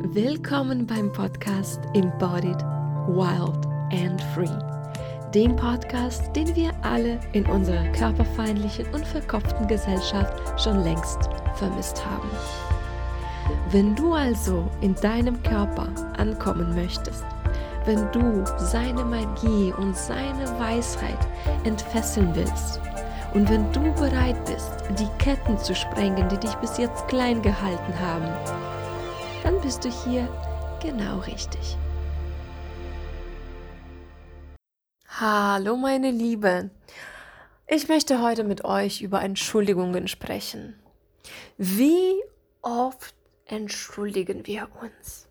Willkommen beim Podcast Embodied, Wild and Free, dem Podcast, den wir alle in unserer körperfeindlichen und verkopften Gesellschaft schon längst vermisst haben. Wenn du also in deinem Körper ankommen möchtest, wenn du seine Magie und seine Weisheit entfesseln willst und wenn du bereit bist, die Ketten zu sprengen, die dich bis jetzt klein gehalten haben, dann bist du hier genau richtig. Hallo meine Lieben, ich möchte heute mit euch über Entschuldigungen sprechen. Wie oft entschuldigen wir uns?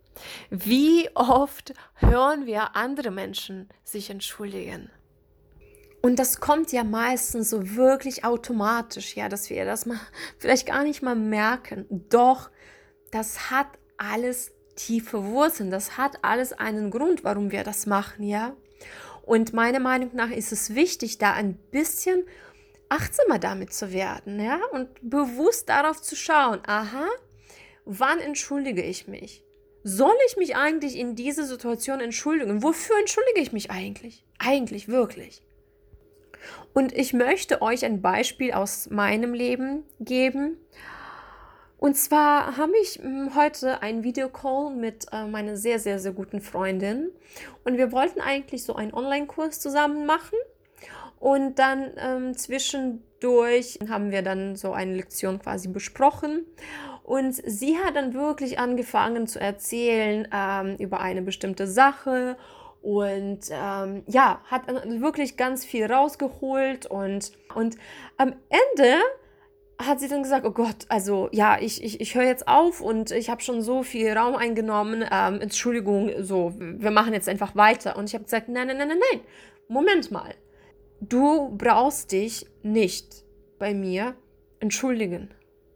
Wie oft hören wir andere Menschen sich entschuldigen? Und das kommt ja meistens so wirklich automatisch, ja, dass wir das mal vielleicht gar nicht mal merken. Doch das hat alles tiefe Wurzeln, das hat alles einen Grund, warum wir das machen, ja. Und meiner Meinung nach ist es wichtig, da ein bisschen achtsamer damit zu werden, ja, und bewusst darauf zu schauen, wann entschuldige ich mich? Soll ich mich eigentlich in dieser Situation entschuldigen? Wofür entschuldige ich mich eigentlich? Eigentlich, wirklich. Und ich möchte euch ein Beispiel aus meinem Leben geben. Und zwar habe ich heute einen Videocall mit meiner sehr, sehr, sehr guten Freundin. Und wir wollten eigentlich so einen Online-Kurs zusammen machen. Und dann zwischendurch haben wir dann so eine Lektion quasi besprochen. Und sie hat dann wirklich angefangen zu erzählen über eine bestimmte Sache. Und hat wirklich ganz viel rausgeholt. Und am Ende hat sie dann gesagt, oh Gott, also ja, ich höre jetzt auf und ich habe schon so viel Raum eingenommen, Entschuldigung, so, wir machen jetzt einfach weiter. Und ich habe gesagt, nein, Moment mal, du brauchst dich nicht bei mir entschuldigen.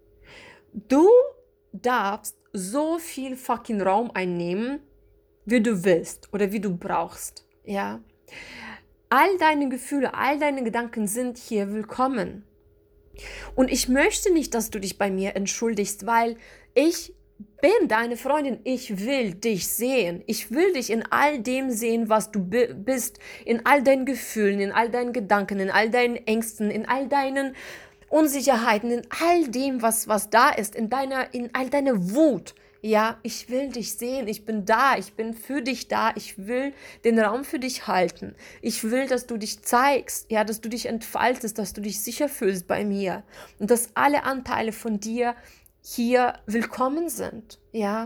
Du darfst so viel fucking Raum einnehmen, wie du willst oder wie du brauchst, ja. All deine Gefühle, all deine Gedanken sind hier willkommen. Und ich möchte nicht, dass du dich bei mir entschuldigst, weil ich bin deine Freundin. Ich will dich sehen. Ich will dich in all dem sehen, was du bist, in all deinen Gefühlen, in all deinen Gedanken, in all deinen Ängsten, in all deinen Unsicherheiten, in all dem, was da ist, in all deiner Wut. Ja, ich will dich sehen, ich bin da, ich bin für dich da, ich will den Raum für dich halten. Ich will, dass du dich zeigst, ja, dass du dich entfaltest, dass du dich sicher fühlst bei mir und dass alle Anteile von dir hier willkommen sind, ja.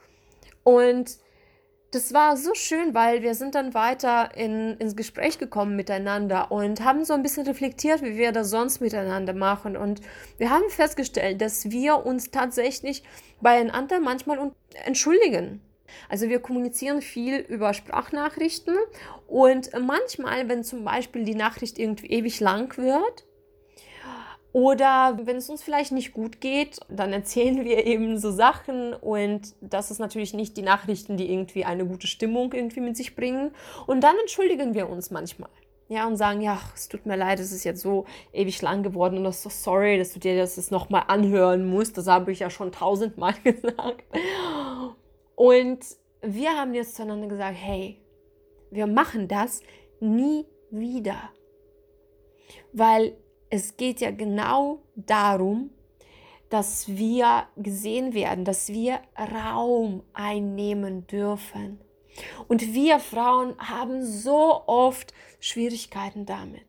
Und das war so schön, weil wir sind dann weiter ins Gespräch gekommen miteinander und haben so ein bisschen reflektiert, wie wir das sonst miteinander machen. Und wir haben festgestellt, dass wir uns tatsächlich beieinander manchmal entschuldigen. Also wir kommunizieren viel über Sprachnachrichten und manchmal, wenn zum Beispiel die Nachricht irgendwie ewig lang wird, oder wenn es uns vielleicht nicht gut geht, dann erzählen wir eben so Sachen und das ist natürlich nicht die Nachrichten, die irgendwie eine gute Stimmung irgendwie mit sich bringen. Und dann entschuldigen wir uns manchmal. Ja, und sagen, ja, es tut mir leid, es ist jetzt so ewig lang geworden und das ist so sorry, dass du dir das jetzt nochmal anhören musst. Das habe ich ja schon 1000-mal gesagt. Und wir haben jetzt zueinander gesagt, hey, wir machen das nie wieder. Weil es geht ja genau darum, dass wir gesehen werden, dass wir Raum einnehmen dürfen. Und wir Frauen haben so oft Schwierigkeiten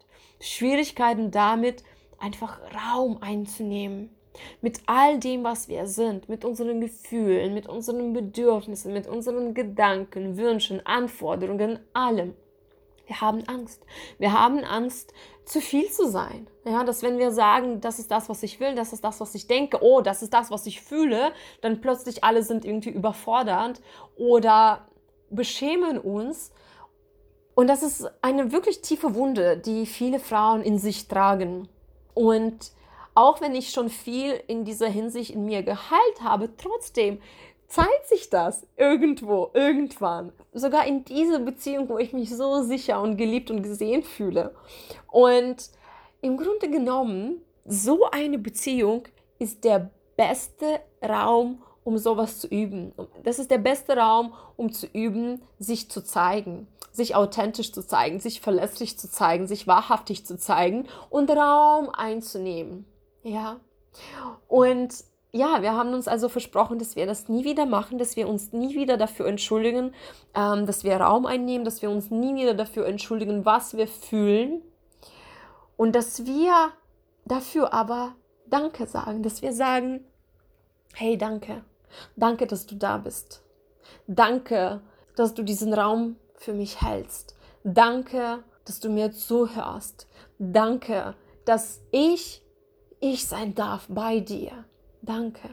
damit, einfach Raum einzunehmen. Mit all dem, was wir sind, mit unseren Gefühlen, mit unseren Bedürfnissen, mit unseren Gedanken, Wünschen, Anforderungen, allem. Wir haben Angst. Wir haben Angst, zu viel zu sein. Ja, dass wenn wir sagen, das ist das, was ich will, das ist das, was ich denke, oh, das ist das, was ich fühle, dann plötzlich alle sind irgendwie überfordert oder beschämen uns. Und das ist eine wirklich tiefe Wunde, die viele Frauen in sich tragen. Und auch wenn ich schon viel in dieser Hinsicht in mir geheilt habe, trotzdem zeigt sich das irgendwann. Sogar in dieser Beziehung, wo ich mich so sicher und geliebt und gesehen fühle. Und im Grunde genommen, so eine Beziehung ist der beste Raum, um sowas zu üben. Das ist der beste Raum, um zu üben, sich zu zeigen, sich authentisch zu zeigen, sich verlässlich zu zeigen, sich wahrhaftig zu zeigen und Raum einzunehmen. Ja. Und ja, wir haben uns also versprochen, dass wir das nie wieder machen, dass wir uns nie wieder dafür entschuldigen, dass wir Raum einnehmen, dass wir uns nie wieder dafür entschuldigen, was wir fühlen und dass wir dafür aber Danke sagen, dass wir sagen, hey, danke, danke, dass du da bist, danke, dass du diesen Raum für mich hältst, danke, dass du mir zuhörst, danke, dass ich sein darf bei dir. Danke.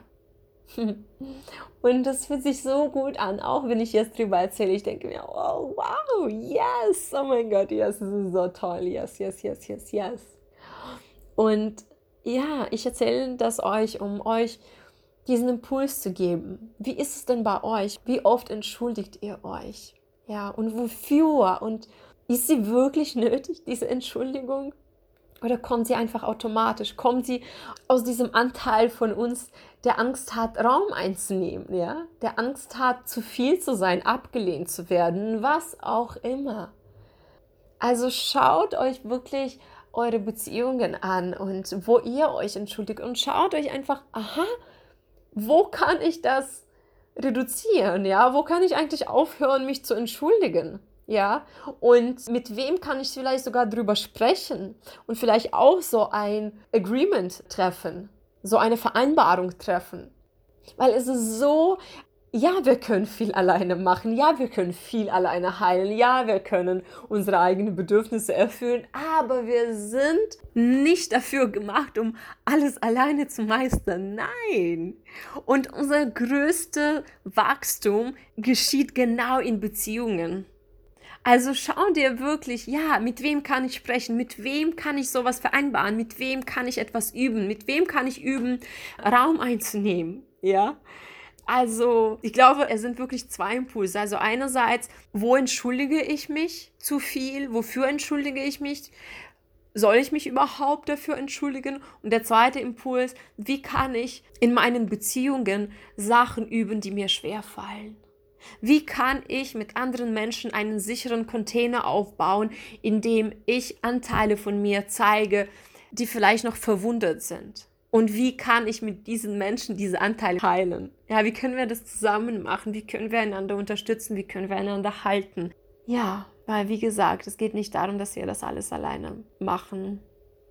Und das fühlt sich so gut an, auch wenn ich jetzt drüber erzähle. Ich denke mir, oh wow, yes, oh mein Gott, yes, das ist so toll, yes, yes, yes, yes, yes. Und ja, ich erzähle das euch, um euch diesen Impuls zu geben. Wie ist es denn bei euch? Wie oft entschuldigt ihr euch? Ja, und wofür? Und ist sie wirklich nötig, diese Entschuldigung? Oder kommt sie einfach automatisch? Kommt sie aus diesem Anteil von uns, der Angst hat, Raum einzunehmen, ja? Der Angst hat, zu viel zu sein, abgelehnt zu werden, was auch immer. Also schaut euch wirklich eure Beziehungen an und wo ihr euch entschuldigt und schaut euch einfach, aha, wo kann ich das reduzieren, ja? Wo kann ich eigentlich aufhören, mich zu entschuldigen? Ja, und mit wem kann ich vielleicht sogar drüber sprechen und vielleicht auch so ein Agreement treffen, so eine Vereinbarung treffen. Weil es ist so, ja, wir können viel alleine machen, ja, wir können viel alleine heilen, ja, wir können unsere eigenen Bedürfnisse erfüllen, aber wir sind nicht dafür gemacht, um alles alleine zu meistern. Nein! Und unser größtes Wachstum geschieht genau in Beziehungen. Also schau dir wirklich, ja, mit wem kann ich sprechen, mit wem kann ich sowas vereinbaren, mit wem kann ich etwas üben, mit wem kann ich üben, Raum einzunehmen, ja. Also ich glaube, es sind wirklich zwei Impulse. Also einerseits, wo entschuldige ich mich zu viel, wofür entschuldige ich mich, soll ich mich überhaupt dafür entschuldigen? Und der zweite Impuls, wie kann ich in meinen Beziehungen Sachen üben, die mir schwerfallen? Wie kann ich mit anderen Menschen einen sicheren Container aufbauen, in dem ich Anteile von mir zeige, die vielleicht noch verwundet sind? Und wie kann ich mit diesen Menschen diese Anteile heilen? Ja, wie können wir das zusammen machen? Wie können wir einander unterstützen? Wie können wir einander halten? Ja, weil wie gesagt, es geht nicht darum, dass wir das alles alleine machen.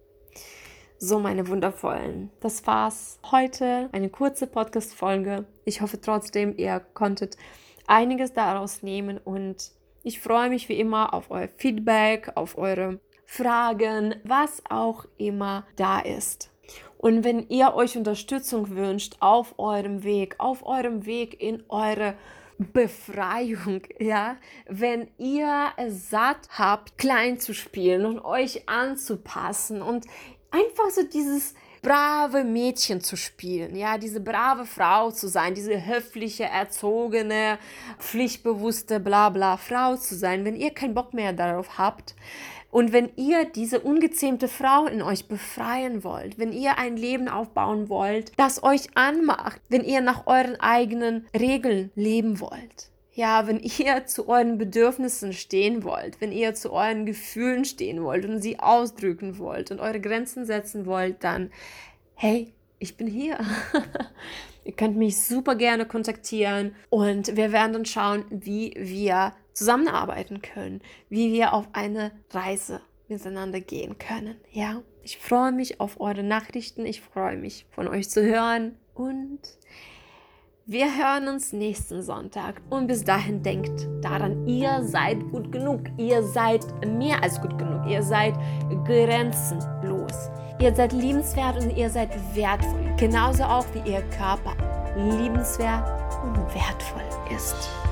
So, meine Wundervollen, das war's heute. Eine kurze Podcast-Folge. Ich hoffe trotzdem, ihr konntet einiges daraus nehmen und ich freue mich wie immer auf euer Feedback, auf eure Fragen, was auch immer da ist. Und wenn ihr euch Unterstützung wünscht auf eurem Weg in eure Befreiung, ja, wenn ihr es satt habt, klein zu spielen und euch anzupassen und einfach so dieses brave Mädchen zu spielen, ja, diese brave Frau zu sein, diese höfliche, erzogene, pflichtbewusste, bla bla Frau zu sein, wenn ihr keinen Bock mehr darauf habt und wenn ihr diese ungezähmte Frau in euch befreien wollt, wenn ihr ein Leben aufbauen wollt, das euch anmacht, wenn ihr nach euren eigenen Regeln leben wollt, ja, wenn ihr zu euren Bedürfnissen stehen wollt, wenn ihr zu euren Gefühlen stehen wollt und sie ausdrücken wollt und eure Grenzen setzen wollt, dann, hey, ich bin hier. Ihr könnt mich super gerne kontaktieren und wir werden dann schauen, wie wir zusammenarbeiten können, wie wir auf eine Reise miteinander gehen können. Ja, ich freue mich auf eure Nachrichten, ich freue mich von euch zu hören und wir hören uns nächsten Sonntag und bis dahin denkt daran, ihr seid gut genug, ihr seid mehr als gut genug, ihr seid grenzenlos. Ihr seid liebenswert und ihr seid wertvoll, genauso auch wie ihr Körper liebenswert und wertvoll ist.